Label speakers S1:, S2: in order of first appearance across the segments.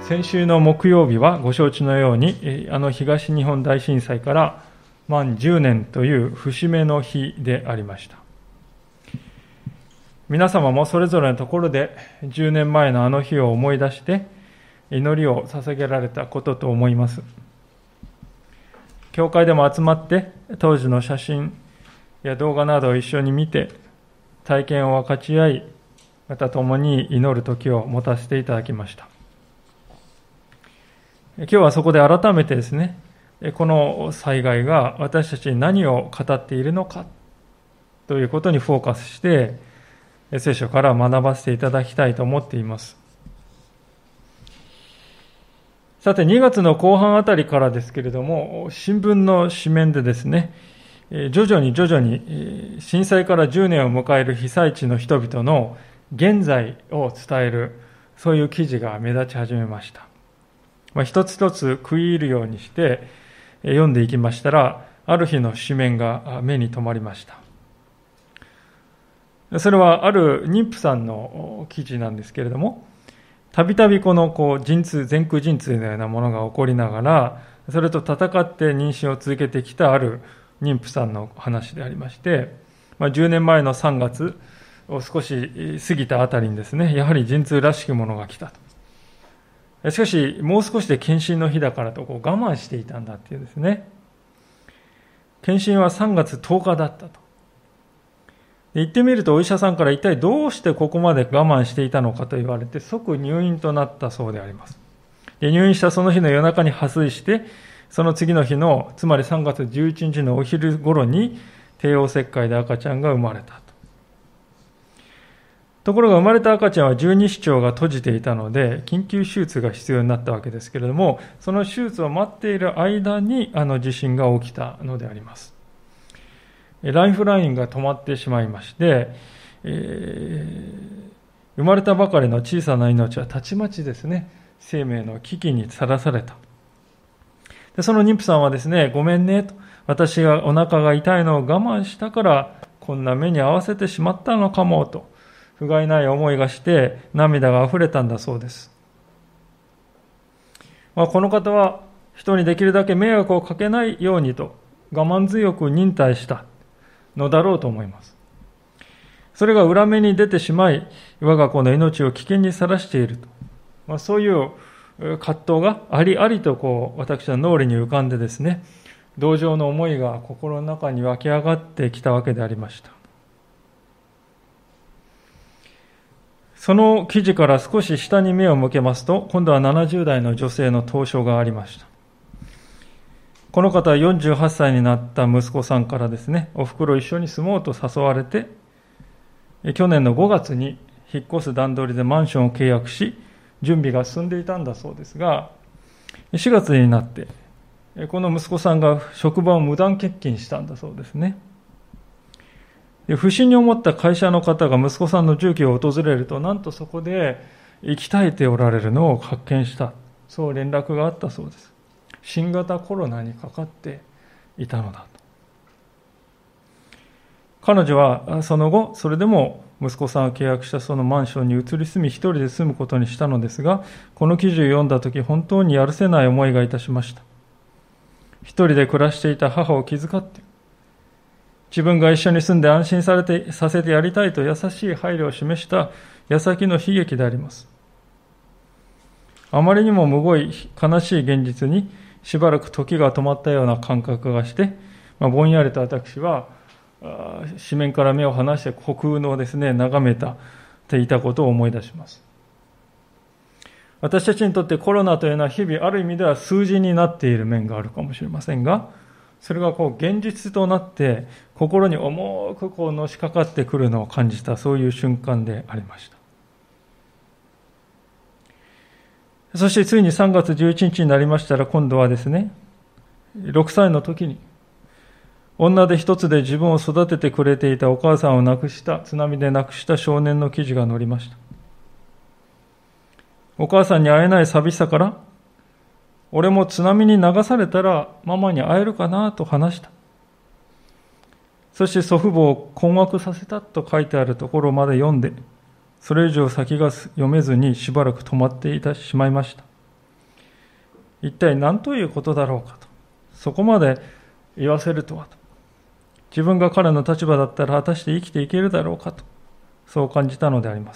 S1: 先週の木曜日はご承知のように、東日本大震災から満10年という節目の日でありました。皆様もそれぞれのところで10年前のあの日を思い出して祈りを捧げられたことと思います。教会でも集まって当時の写真や動画などを一緒に見て体験を分かち合い、また共に祈る時を持たせていただきました。今日はそこで改めてですね、この災害が私たちに何を語っているのかということにフォーカスして聖書から学ばせていただきたいと思っています。さて、2月の後半あたりからですけれども、新聞の紙面でですね、徐々に震災から10年を迎える被災地の人々の現在を伝える、そういう記事が目立ち始めました。一つ一つ食い入るようにして読んでいきましたら、ある日の紙面が目に留まりました。それはある妊婦さんの記事なんですけれども、たびたびこの陣痛、前空陣痛のようなものが起こりながら、それと戦って妊娠を続けてきたある妊婦さんの話でありまして、10年前の3月を少し過ぎたあたりにですね、やはり陣痛らしきものが来たと。しかし、もう少しで検診の日だからと我慢していたんだっていうですね。検診は3月10日だったと。行ってみるとお医者さんから一体どうしてここまで我慢していたのかと言われて即入院となったそうであります。で、入院したその日の夜中に破水して、その次の日の、つまり3月11日のお昼頃に帝王切開で赤ちゃんが生まれたと。ところが生まれた赤ちゃんは十二指腸が閉じていたので緊急手術が必要になったわけですけれども、その手術を待っている間に地震が起きたのであります。ライフラインが止まってしまいまして、生まれたばかりの小さな命はたちまちですね、生命の危機にさらされた。で、その妊婦さんはですね、ごめんねと、私がお腹が痛いのを我慢したからこんな目に遭わせてしまったのかもと、不甲斐ない思いがして涙があふれたんだそうです。この方は人にできるだけ迷惑をかけないようにと我慢強く忍耐したのだろうと思います。それが裏目に出てしまい、我が子の命を危険にさらしていると、そういう葛藤がありありと私は脳裏に浮かんでですね、同情の思いが心の中に湧き上がってきたわけでありました。その記事から少し下に目を向けますと、今度は70代の女性の投書がありました。この方は48歳になった息子さんからですね、お袋一緒に住もうと誘われて、去年の5月に引っ越す段取りでマンションを契約し、準備が進んでいたんだそうですが、4月になって、この息子さんが職場を無断欠勤したんだそうですね。不審に思った会社の方が息子さんの住居を訪れると、なんとそこで息絶えておられるのを発見した。そう連絡があったそうです。新型コロナにかかっていたのだと。彼女はその後、それでも息子さんが契約したそのマンションに移り住み、一人で住むことにしたのですが、この記事を読んだとき、本当にやるせない思いがいたしました。一人で暮らしていた母を気遣って、自分が一緒に住んで安心させてやりたいと優しい配慮を示した矢先の悲劇であります。あまりにもむごい悲しい現実にしばらく時が止まったような感覚がして、ぼんやりと私は紙面から目を離して虚空のですね、眺めていたことを思い出します。私たちにとってコロナというのは日々ある意味では数字になっている面があるかもしれませんが、それが現実となって心に重くのしかかってくるのを感じた、そういう瞬間でありました。そしてついに3月11日になりましたら、今度はですね、6歳の時に女で一つで自分を育ててくれていたお母さんを亡くした、津波で亡くした少年の記事が載りました。お母さんに会えない寂しさから、俺も津波に流されたらママに会えるかなと話した。そして祖父母を困惑させたと書いてあるところまで読んで、それ以上先が読めずにしばらく止まってしまいました。 一体何ということだろうかと。そこまで言わせるとはと。自分が彼の立場だったら果たして生きていけるだろうかと。そう感じたのであります。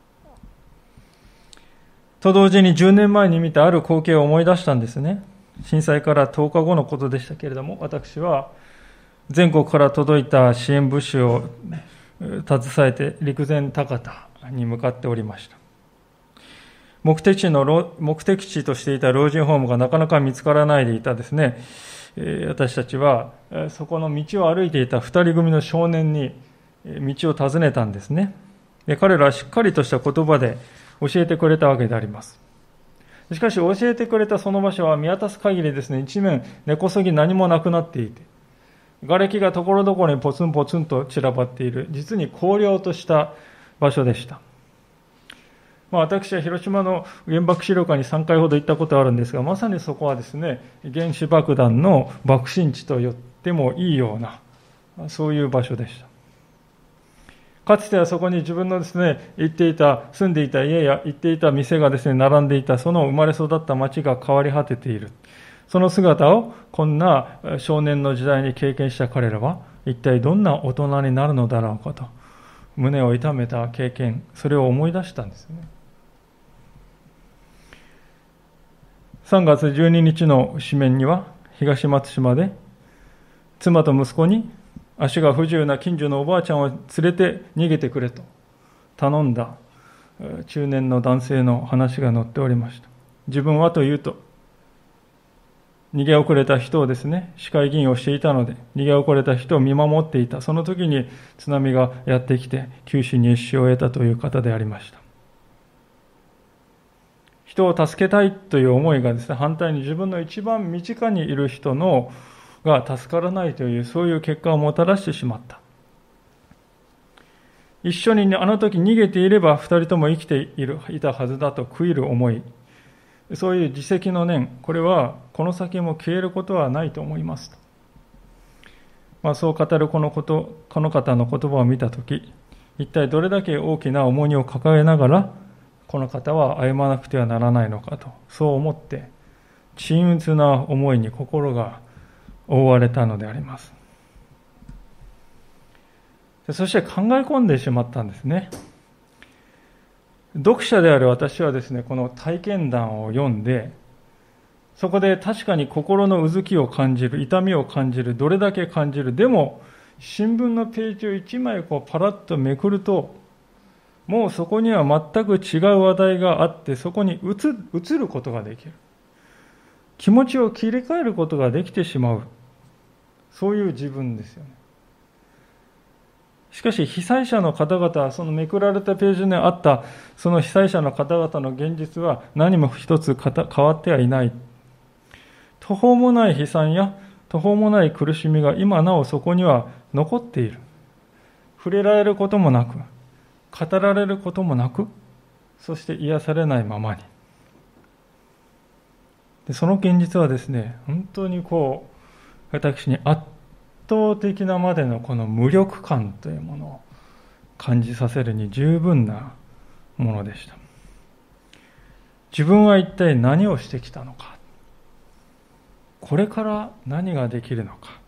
S1: と同時に10年前に見たある光景を思い出したんですね。震災から10日後のことでしたけれども、私は全国から届いた支援物資を携えて陸前高田に向かっておりました。目的地としていた老人ホームがなかなか見つからないでいたですね、私たちはそこの道を歩いていた2人組の少年に道を尋ねたんですね。で、彼らはしっかりとした言葉で教えてくれたわけであります。しかし教えてくれたその場所は見渡す限りですね、一面根こそぎ何もなくなっていて、瓦礫がところどころにポツンポツンと散らばっている、実に荒涼とした場所でした。私は広島の原爆資料館に3回ほど行ったことがあるんですが、まさにそこはですね、原子爆弾の爆心地と言ってもいいような、そういう場所でした。かつてはそこに自分のですね、住んでいた家や行っていた店がですね、並んでいた、その生まれ育った町が変わり果てている。その姿をこんな少年の時代に経験した彼らは、一体どんな大人になるのだろうかと、胸を痛めた経験、それを思い出したんですね。3月12日の紙面には、東松島で妻と息子に足が不自由な近所のおばあちゃんを連れて逃げてくれと頼んだ中年の男性の話が載っておりました。自分はというと、逃げ遅れた人をですね、市会議員をしていたので、逃げ遅れた人を見守っていた。その時に津波がやってきて、九死に一生を得たという方でありました。人を助けたいという思いがですね、反対に自分の一番身近にいる人が助からないという、そういう結果をもたらしてしまった。一緒にあの時逃げていれば二人とも生きていたはずだと悔いる思い、そういう自責の念、これはこの先も消えることはないと思いますと。そう語るこの方の言葉を見たとき、一体どれだけ大きな重荷を抱えながらこの方は歩まなくてはならないのかと、そう思って沈鬱な思いに心が覆われたのであります。そして考え込んでしまったんですね。読者である私はですね、この体験談を読んで、そこで確かに心のうずきを感じる、痛みを感じる、どれだけ感じる。でも新聞のページを1枚パラッとめくると、もうそこには全く違う話題があって、そこに移ることができる。気持ちを切り替えることができてしまう。そういう自分ですよね。しかし被災者の方々、そのめくられたページにあったその被災者の方々の現実は何も一つ変わってはいない。途方もない悲惨や途方もない苦しみが今なおそこには残っている。触れられることもなく、語られることもなく、そして癒されないままに。でその現実はですね、本当に私に圧倒的なまでのこの無力感というものを感じさせるに十分なものでした。自分は一体何をしてきたのか、これから何ができるのか。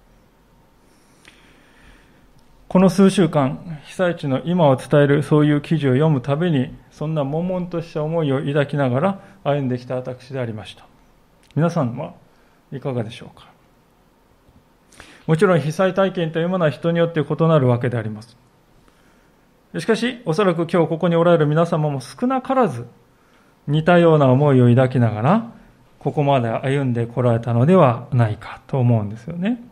S1: この数週間、被災地の今を伝えるそういう記事を読むたびに、そんな悶々とした思いを抱きながら歩んできた私でありました。皆さんはいかがでしょうか。もちろん被災体験というものは人によって異なるわけであります。しかし、おそらく今日ここにおられる皆様も少なからず似たような思いを抱きながら、ここまで歩んでこられたのではないかと思うんですよね。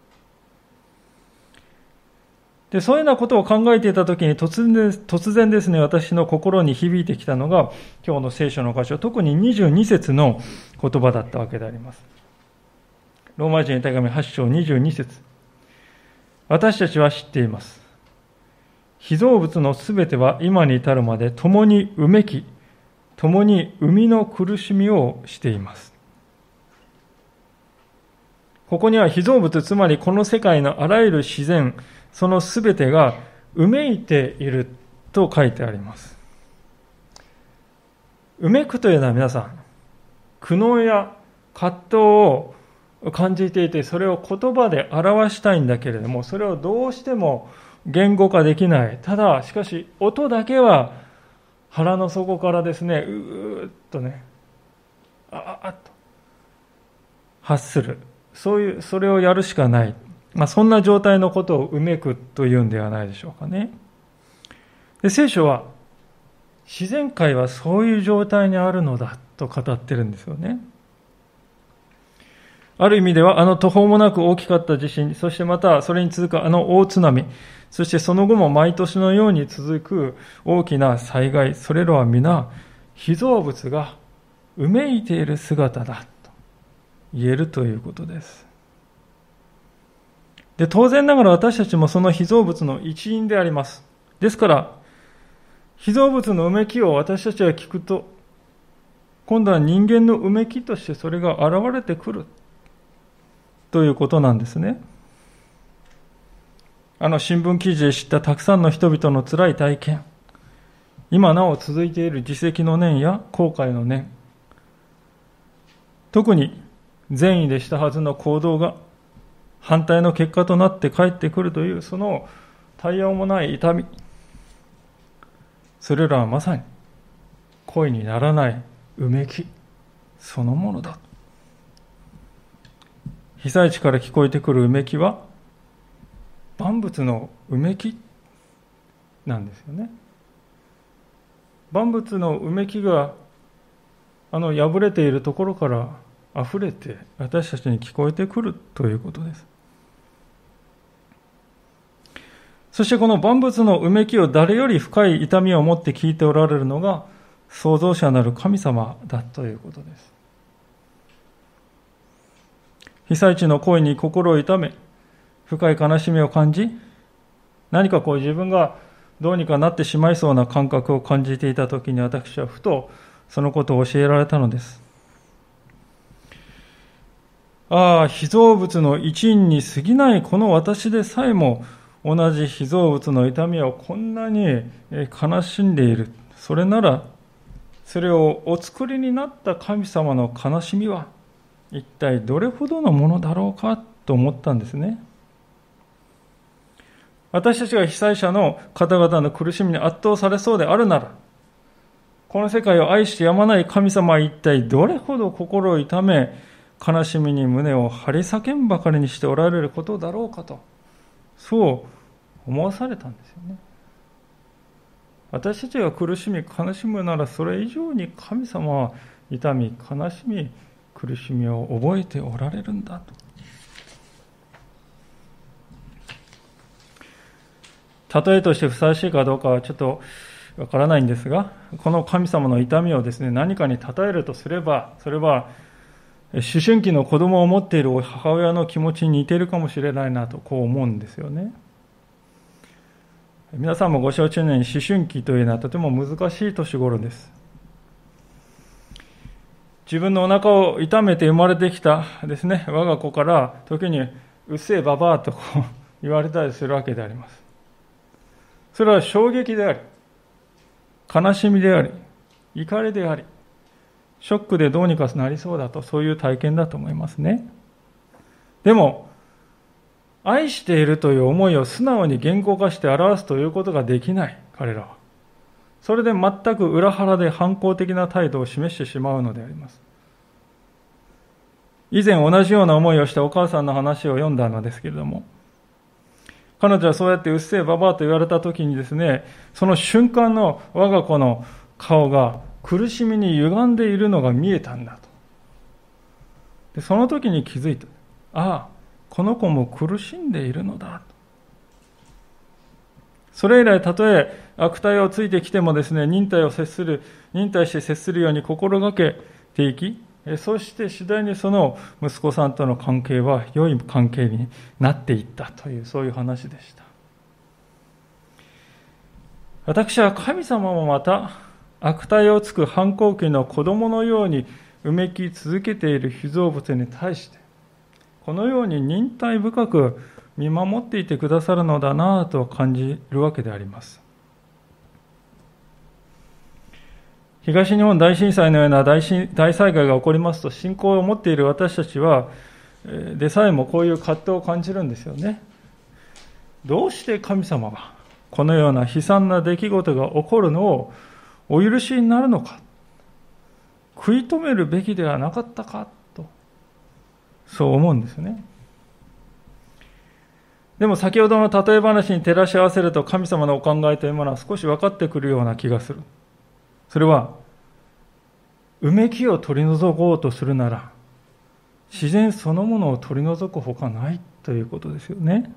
S1: で、そういうようなことを考えていたときに突然ですね、私の心に響いてきたのが、今日の聖書の箇所、特に22節の言葉だったわけであります。ローマ人への手紙8章22節。私たちは知っています。被造物のすべては今に至るまで共にうめき、共に生みの苦しみをしています。ここには被造物、つまりこの世界のあらゆる自然、そのすべてがうめいていると書いてあります。うめくというのは皆さん、苦悩や葛藤を感じていて、それを言葉で表したいんだけれども、それをどうしても言語化できない。ただ、しかし、音だけは腹の底からですね、うーっとね、あーっと発する。それをやるしかない。そんな状態のことをうめくというんではないでしょうかね。で、聖書は、自然界はそういう状態にあるのだと語ってるんですよね。ある意味では、途方もなく大きかった地震、そしてまたそれに続く大津波、そしてその後も毎年のように続く大きな災害、それらは皆、被造物がうめいている姿だと言えるということです。で、当然ながら私たちもその被造物の一員であります。ですから、被造物のうめきを私たちが聞くと、今度は人間のうめきとしてそれが現れてくるということなんですね。新聞記事で知ったたくさんの人々の辛い体験、今なお続いている自責の念や後悔の念、特に善意でしたはずの行動が反対の結果となって帰ってくるというその絶えようもない痛み、それらはまさに声にならないうめきそのものだ。被災地から聞こえてくるうめきは万物のうめきなんですよね。万物のうめきが破れているところから溢れて私たちに聞こえてくるということです。そしてこの万物のうめきを誰より深い痛みを持って聞いておられるのが創造者なる神様だということです。被災地の声に心を痛め、深い悲しみを感じ、何か自分がどうにかなってしまいそうな感覚を感じていたときに、私はふとそのことを教えられたのです。被造物の一員に過ぎないこの私でさえも、同じ被造物の痛みをこんなに悲しんでいる。それなら、それをお作りになった神様の悲しみは、一体どれほどのものだろうかと思ったんですね。私たちが被災者の方々の苦しみに圧倒されそうであるなら、この世界を愛してやまない神様は一体どれほど心を痛め、悲しみに胸を張り裂んばかりにしておられることだろうかと、そう思わされたんですよね。私たちが苦しみ悲しむなら、それ以上に神様は痛み悲しみ苦しみを覚えておられるんだと。例えとしてふさわしいかどうかはちょっとわからないんですが、この神様の痛みをですね、何かに例えるとすれば、それは思春期の子供を持っている母親の気持ちに似ているかもしれないなと思うんですよね。皆さんもご承知のように、思春期というのはとても難しい年頃です。自分のお腹を痛めて生まれてきたですね、我が子から時にうっせえばばあと言われたりするわけであります。それは衝撃であり、悲しみであり、怒りであり、ショックでどうにかなりそうだと、そういう体験だと思いますね。でも、愛しているという思いを素直に言語化して表すということができない、彼らは。それで全く裏腹で反抗的な態度を示してしまうのであります。以前同じような思いをしたお母さんの話を読んだのですけれども、彼女はそうやってうっせえばばあと言われた時にですね、その瞬間の我が子の顔が苦しみに歪んでいるのが見えたんだと。で、その時に気づいた。この子も苦しんでいるのだと。それ以来、たとえ悪態をついてきてもですね、忍耐して接するように心がけていき、そして次第にその息子さんとの関係は良い関係になっていったという、そういう話でした。私は神様もまた悪態をつく反抗期の子供のようにうめき続けている被造物に対して、このように忍耐深く見守っていてくださるのだなぁと感じるわけであります。 東日本大震災のような大災害が起こりますと、信仰を持っている私たちはでさえもこういう葛藤を感じるんですよね。どうして神様はこのような悲惨な出来事が起こるのをお許しになるのか、食い止めるべきではなかったかと、そう思うんですね。でも先ほどの例え話に照らし合わせると、神様のお考えというものは少し分かってくるような気がする。それは、うめきを取り除こうとするなら、自然そのものを取り除くほかないということですよね。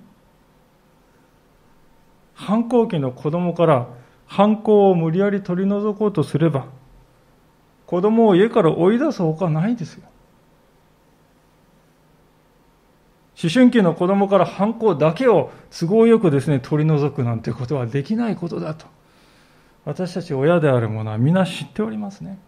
S1: 反抗期の子供から反抗を無理やり取り除こうとすれば、子供を家から追い出すほかないですよ。思春期の子供から反抗だけを都合よくですね、取り除くなんてことはできないことだと、私たち親である者は皆知っておりますね。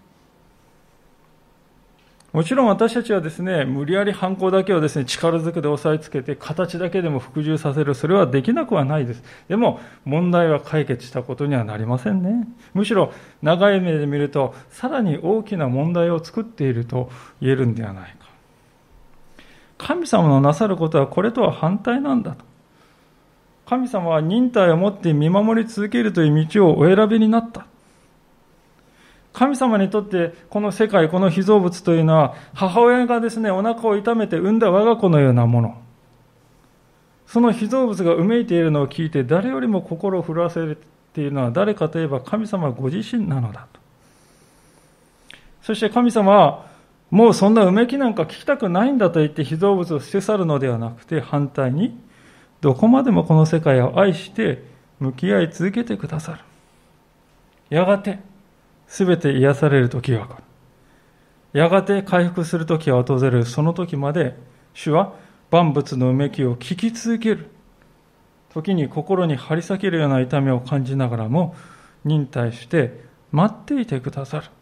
S1: もちろん私たちはですね、無理やり反抗だけをですね、力ずくで押さえつけて、形だけでも服従させる、それはできなくはないです。でも、問題は解決したことにはなりませんね。むしろ、長い目で見ると、さらに大きな問題を作っていると言えるんではないか。神様のなさることはこれとは反対なんだと。神様は忍耐を持って見守り続けるという道をお選びになった。神様にとってこの世界、この被造物というのは、母親がですね、お腹を痛めて産んだ我が子のようなもの。その被造物がうめいているのを聞いて、誰よりも心を震わせているのは誰かといえば神様ご自身なのだと。そして神様は、もうそんなうめきなんか聞きたくないんだと言って被造物を捨て去るのではなくて、反対にどこまでもこの世界を愛して向き合い続けてくださる。やがてすべて癒される時が来る。やがて回復する時が訪れる。その時まで主は万物のうめきを聞き続ける。時に心に張り裂けるような痛みを感じながらも忍耐して待っていてくださる。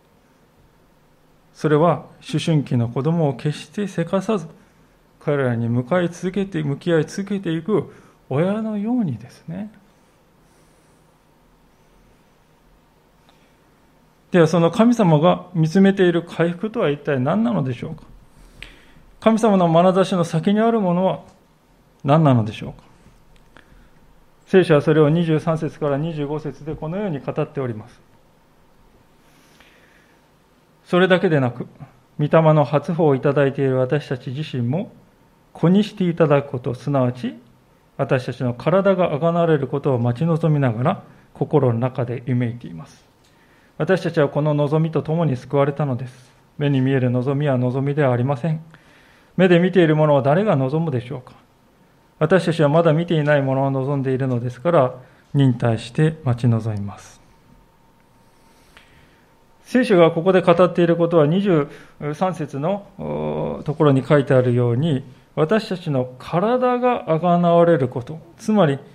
S1: それは思春期の子供を決してせかさず、彼らに向き合い続けていく親のようにですね。ではその神様が見つめている回復とは一体何なのでしょうか。神様の眼差しの先にあるものは何なのでしょうか。聖書はそれを23節から25節でこのように語っております。それだけでなく、御霊の初歩をいただいている私たち自身も子にしていただくこと、すなわち私たちの体があがなわれることを待ち望みながら心の中で夢いています。私たちはこの望みとともに救われたのです。目に見える望みは望みではありません。目で見ているものを誰が望むでしょうか。私たちはまだ見ていないものを望んでいるのですから、忍耐して待ち望みます。聖書がここで語っていることは23節のところに書いてあるように、私たちの体があがなわれること、つまり、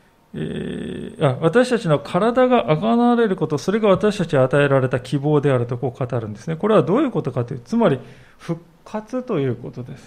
S1: 私たちの体があがなわれること、それが私たちに与えられた希望であるとこう語るんですね。これはどういうことかというと、つまり復活ということです。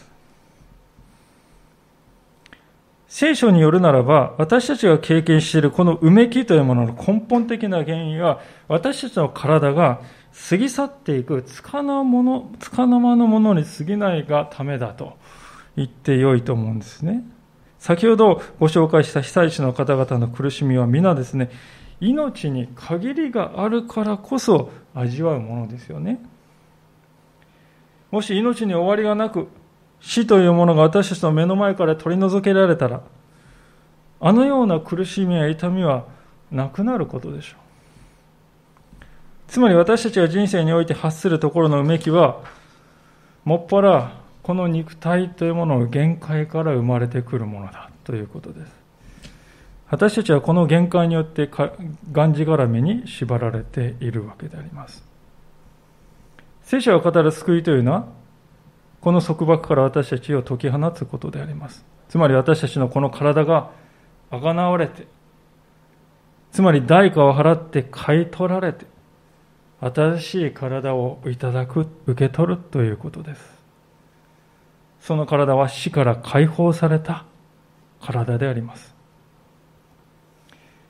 S1: 聖書によるならば、私たちが経験しているこのうめきというものの根本的な原因は、私たちの体が過ぎ去っていく束の間のものに過ぎないがためだと言ってよいと思うんですね。先ほどご紹介した被災地の方々の苦しみは皆ですね、命に限りがあるからこそ味わうものですよね。もし命に終わりがなく、死というものが私たちの目の前から取り除けられたら、あのような苦しみや痛みはなくなることでしょう。つまり私たちが人生において発するところのうめきは、もっぱらこの肉体というものの限界から生まれてくるものだということです。私たちはこの限界によってがんじがらめに縛られているわけであります。聖書が語る救いというのは、この束縛から私たちを解き放つことであります。つまり私たちのこの体があがなわれて、つまり代価を払って買い取られて、新しい体をいただく、受け取るということです。その体は死から解放された体であります。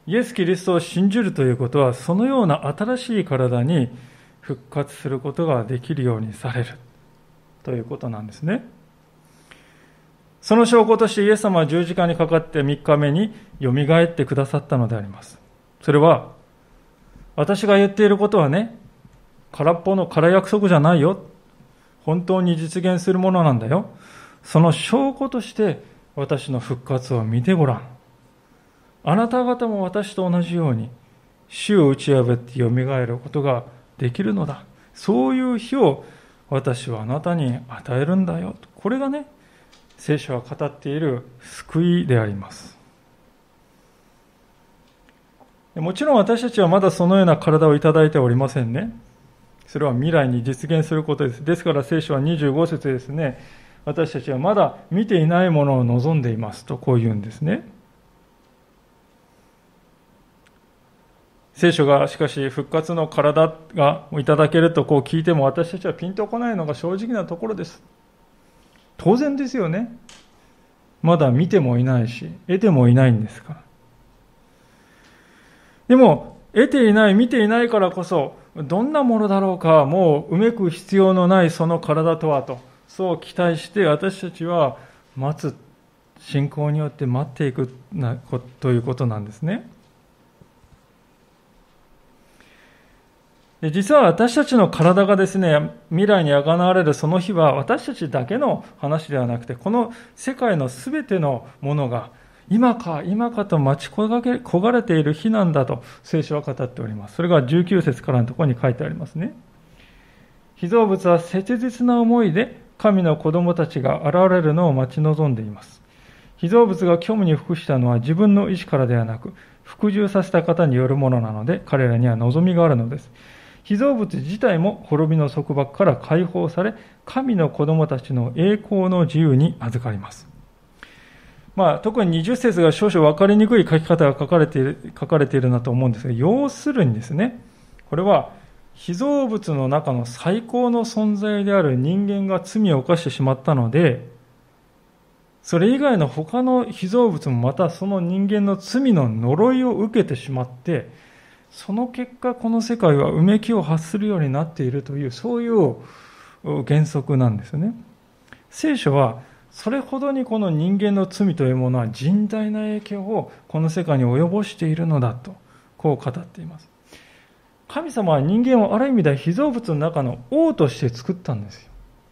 S1: イエス・キリストを信じるということは、そのような新しい体に復活することができるようにされるということなんですね。その証拠としてイエス様は十字架にかかって3日目によみがえってくださったのであります。それは、私が言っていることはね、空っぽの空約束じゃないよ。本当に実現するものなんだよ。その証拠として私の復活を見てごらん。あなた方も私と同じように死を打ち破ってよみがえることができるのだ。そういう日を私はあなたに与えるんだよ。これがね、聖書は語っている救いであります。もちろん私たちはまだそのような体をいただいておりませんね。それは未来に実現することです。ですから聖書は25節ですね、私たちはまだ見ていないものを望んでいますとこう言うんですね。聖書がしかし復活の体がいただけるとこう聞いても私たちはピンとこないのが正直なところです。当然ですよね。まだ見てもいないし、得てもいないんですから。でも、得ていない、見ていないからこそ、どんなものだろうか、もううめく必要のないその体とはと、そう期待して私たちは待つ、信仰によって待っていくということなんですね。実は私たちの体がですね、未来にあがなわれるその日は私たちだけの話ではなくて、この世界のすべてのものが今かと待ち焦がれている日なんだと聖書は語っております。それが19節からのところに書いてありますね。被造物は切実な思いで神の子供たちが現れるのを待ち望んでいます。被造物が虚無に服したのは自分の意志からではなく、服従させた方によるものなので、彼らには望みがあるのです。被造物自体も滅びの束縛から解放され、神の子供たちの栄光の自由に預かります。特に20節が少々分かりにくい書き方が書かれているなと思うんですが、要するにですね、これは被造物の中の最高の存在である人間が罪を犯してしまったので、それ以外の他の被造物もまたその人間の罪の呪いを受けてしまって、その結果この世界はうめきを発するようになっているという、そういう原則なんですね。聖書はそれほどにこの人間の罪というものは甚大な影響をこの世界に及ぼしているのだとこう語っています。神様は人間をある意味で被造物の中の王として作ったんですよ。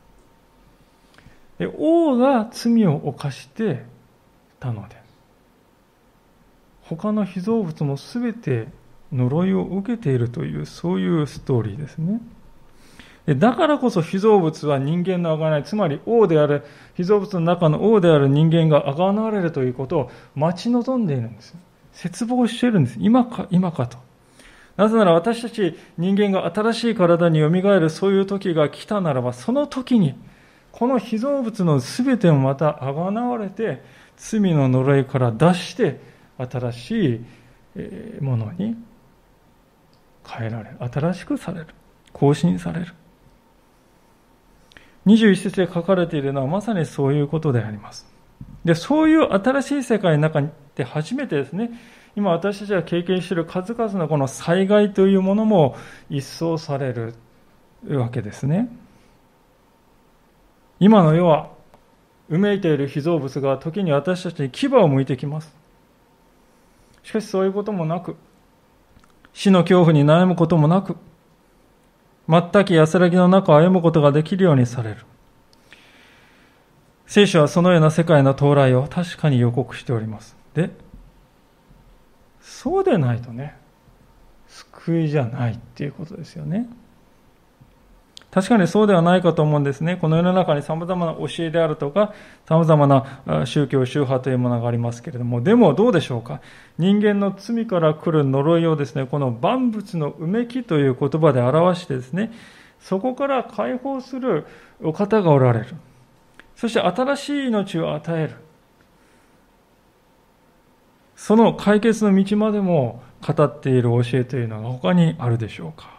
S1: で、王が罪を犯してたので、他の被造物もすべて呪いを受けているという、そういうストーリーですね。だからこそ被造物は人間の贖い、つまり王である、被造物の中の王である人間が贖われるということを待ち望んでいるんです。切望しているんです。今かと。なぜなら私たち人間が新しい体によみがえるそういう時が来たならば、その時にこの被造物のすべてもまた贖われて、罪の呪いから脱して新しいものに変えられる、新しくされる、更新される。21節で書かれているのはまさにそういうことであります。で、そういう新しい世界の中で初めてですね、今私たちが経験している数々のこの災害というものも一掃されるわけですね。今の世はうめいている被造物が時に私たちに牙を向いてきます。しかしそういうこともなく、死の恐怖に悩むこともなく、全く安らぎの中を歩むことができるようにされる。聖書はそのような世界の到来を確かに予告しております。で、そうでないとね、救いじゃないっていうことですよね。確かにそうではないかと思うんですね。この世の中に様々な教えであるとか、様々な宗教、宗派というものがありますけれども、でもどうでしょうか。人間の罪から来る呪いをですね、この万物のうめきという言葉で表してですね、そこから解放するお方がおられる。そして新しい命を与える。その解決の道までも語っている教えというのが他にあるでしょうか。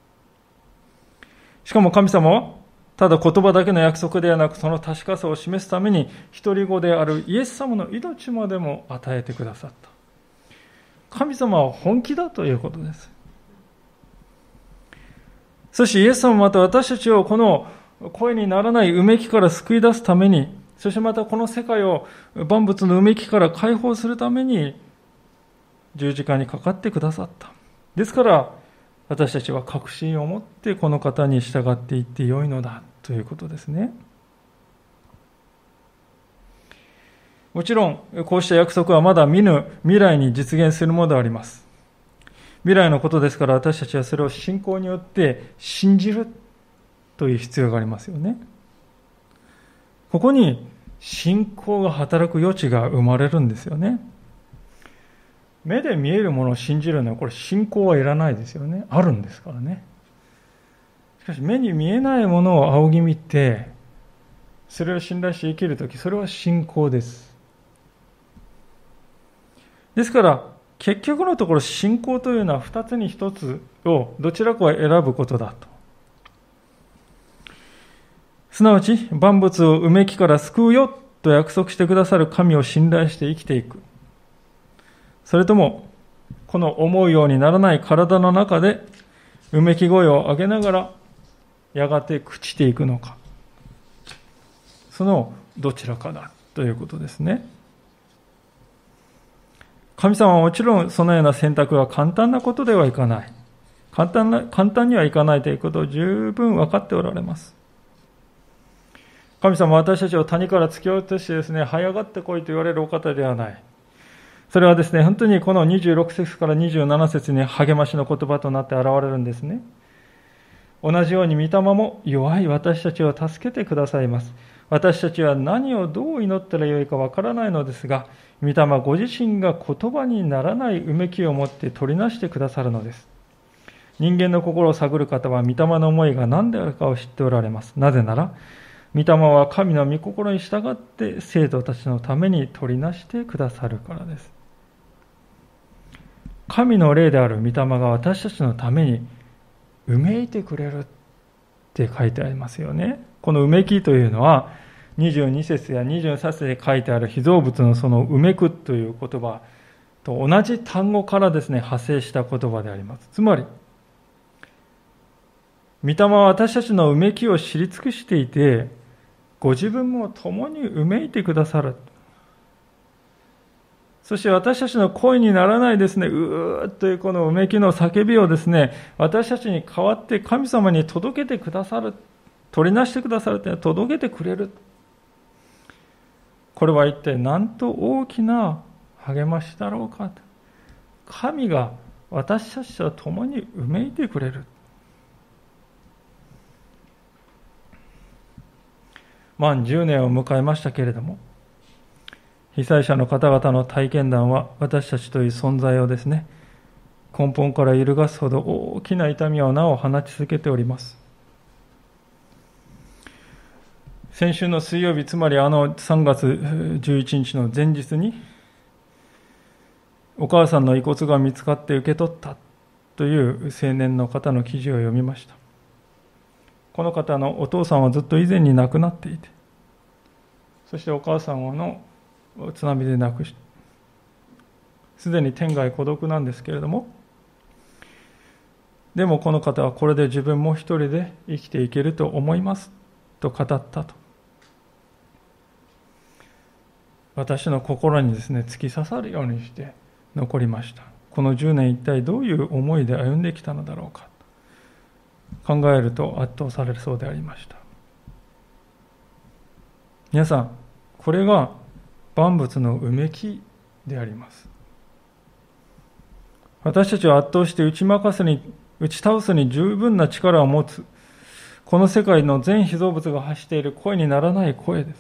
S1: しかも神様はただ言葉だけの約束ではなく、その確かさを示すために独り子であるイエス様の命までも与えてくださった。 神様は本気だということです。そしてイエス様はまた私たちをこの声にならないうめきから救い出すために、そしてまたこの世界を万物のうめきから解放するために十字架にかかってくださった。ですから私たちは確信を持ってこの方に従っていってよいのだということですね。もちろんこうした約束はまだ見ぬ未来に実現するものであります。未来のことですから、私たちはそれを信仰によって信じるという必要がありますよね。ここに信仰が働く余地が生まれるんですよね。目で見えるものを信じるのは、これ信仰はいらないですよね。あるんですからね。しかし目に見えないものを仰ぎ見て、それを信頼して生きるとき、それは信仰です。ですから結局のところ、信仰というのは二つに一つをどちらかを選ぶことだと。すなわち万物をうめきから救うよと約束してくださる神を信頼して生きていく。それともこの思うようにならない体の中でうめき声を上げながらやがて朽ちていくのか。そのどちらかだということですね。神様はもちろんそのような選択は簡単なことではいかない。簡単にはいかないということを十分分かっておられます。神様は私たちを谷から突き落としてですね、這い上がってこいと言われるお方ではない。それはですね、本当にこの26節から27節に励ましの言葉となって現れるんですね。同じように御霊も弱い私たちを助けてくださいます。私たちは何をどう祈ったらよいかわからないのですが、御霊ご自身が言葉にならないうめきを持って取りなしてくださるのです。人間の心を探る方は御霊の思いが何であるかを知っておられます。なぜなら、御霊は神の御心に従って生徒たちのために取りなしてくださるからです。神の霊である御霊が私たちのためにうめいてくれるって書いてありますよね。このうめきというのは22節や23節で書いてある被造物のそのうめくという言葉と同じ単語からですね、派生した言葉であります。つまり御霊は私たちのうめきを知り尽くしていて、ご自分も共にうめいてくださる。そして私たちの声にならないですね、うーっというこのうめきの叫びをですね、私たちに代わって神様に届けてくださる、取りなしてくださるというのは届けてくれる。これは一体なんと大きな励ましだろうか。神が私たちと共にうめいてくれる。満10年を迎えましたけれども、被災者の方々の体験談は私たちという存在をですね、根本から揺るがすほど大きな痛みをなお放ち続けております。先週の水曜日、つまり3月11日の前日に、お母さんの遺骨が見つかって受け取ったという青年の方の記事を読みました。この方のお父さんはずっと以前に亡くなっていて、そしてお母さんの津波で亡くし、すでに天涯孤独なんですけれども、でもこの方はこれで自分も一人で生きていけると思いますと語ったと。私の心にですね、突き刺さるようにして残りました。この10年一体どういう思いで歩んできたのだろうか。考えると圧倒されるそうでありました。皆さん、これが万物のうめきであります。私たちを圧倒して打ち倒すに十分な力を持つ、この世界の全被造物が発している声にならない声です。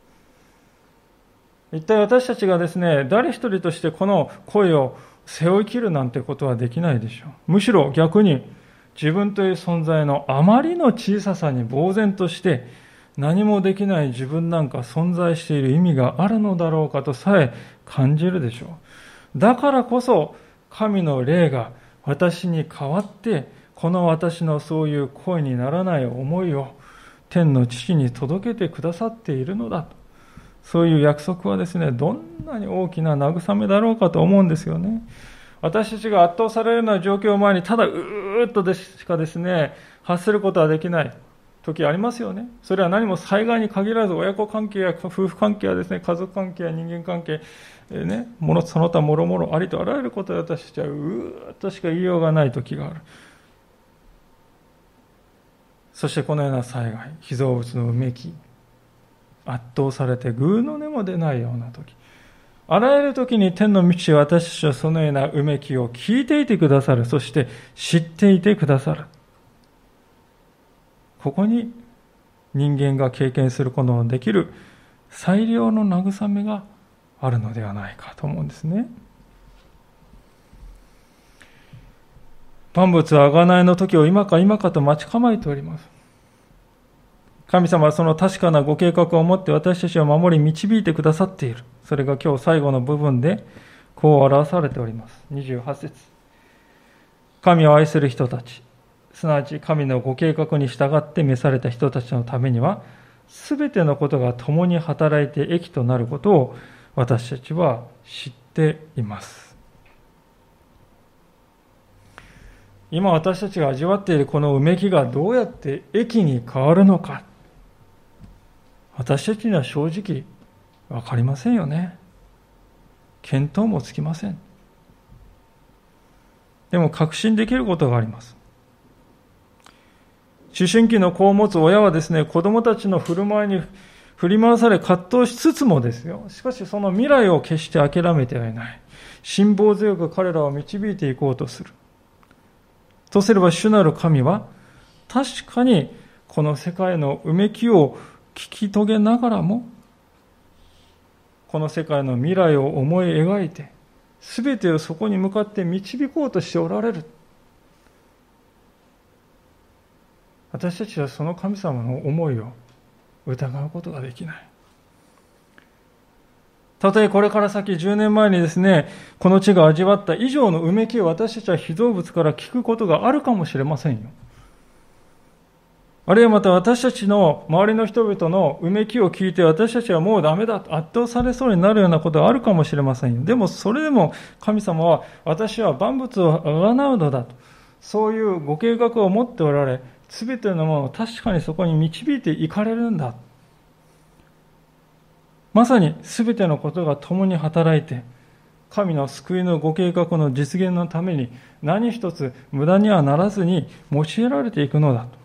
S1: 一体私たちがですね、誰一人としてこの声を背負い切るなんてことはできないでしょう。むしろ逆に自分という存在のあまりの小ささに呆然として何もできない自分なんか存在している意味があるのだろうかとさえ感じるでしょう。だからこそ神の霊が私に代わってこの私のそういう声にならない思いを天の父に届けてくださっているのだと。そういう約束はですね、どんなに大きな慰めだろうかと思うんですよね。 私たちが圧倒されるような状況を前にただうーっとでしかですね、発することはできない時ありますよね。それは何も災害に限らず、親子関係や夫婦関係やですね、家族関係や人間関係、その他もろもろありとあらゆることで私たちはうーっとしか言いようがない時がある。そしてこのような災害、被造物のうめき、圧倒されてぐうの音も出ないような時、あらゆる時に天の道は私たちはそのようなうめきを聞いていてくださる。そして知っていてくださる。ここに人間が経験することのできる最良の慰めがあるのではないかと思うんですね。万物は贖いの時を今か今かと待ち構えております。神様はその確かなご計画を持って私たちを守り導いてくださっている。それが今日最後の部分でこう表されております。28節。神を愛する人たち、すなわち神のご計画に従って召された人たちのためには、すべてのことが共に働いて益となることを私たちは知っています。今私たちが味わっているこのうめきがどうやって益に変わるのか、私たちには正直わかりませんよね。見当もつきません。でも確信できることがあります。思春期の子を持つ親はですね、子供たちの振る舞いに振り回され葛藤しつつもですよ、しかしその未来を決して諦めてはいない。辛抱強く彼らを導いていこうとする。とすれば主なる神は確かにこの世界のうめきを聞き遂げながらも、この世界の未来を思い描いて、すべてをそこに向かって導こうとしておられる。私たちはその神様の思いを疑うことができない。たとえこれから先10年前にですね、この地が味わった以上のうめきを私たちは被造物から聞くことがあるかもしれませんよ。あるいはまた私たちの周りの人々のうめきを聞いて私たちはもうダメだと圧倒されそうになるようなことがあるかもしれませんよ。でもそれでも神様は私は万物を贖うのだと、そういうご計画を持っておられ、すべてのものを確かにそこに導いていかれるんだ。まさにすべてのことが共に働いて、神の救いのご計画の実現のために何一つ無駄にはならずに用いられていくのだと。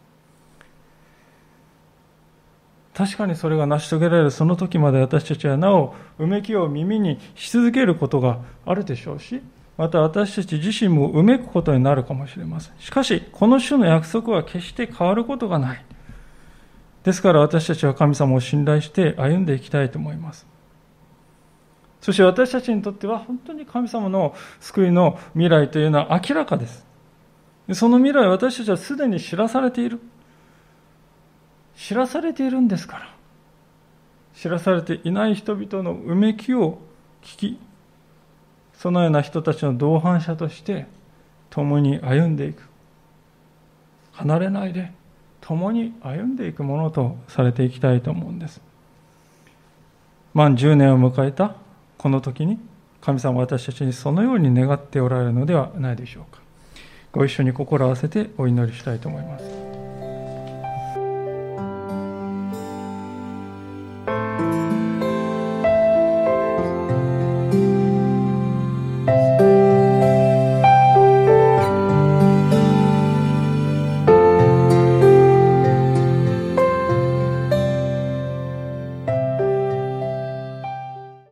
S1: 確かにそれが成し遂げられるその時まで私たちはなおうめきを耳にし続けることがあるでしょうし、また私たち自身もうめくことになるかもしれません。しかしこの主の約束は決して変わることがない。ですから私たちは神様を信頼して歩んでいきたいと思います。そして私たちにとっては本当に神様の救いの未来というのは明らかです。その未来は私たちはすでに知らされている。知らされているんですから。知らされていない人々のうめきを聞き、そのような人たちの同伴者として共に歩んでいく。離れないで共に歩んでいくものとされていきたいと思うんです。満10年を迎えたこの時に神様は私たちにそのように願っておられるのではないでしょうか。ご一緒に心を合わせてお祈りしたいと思います。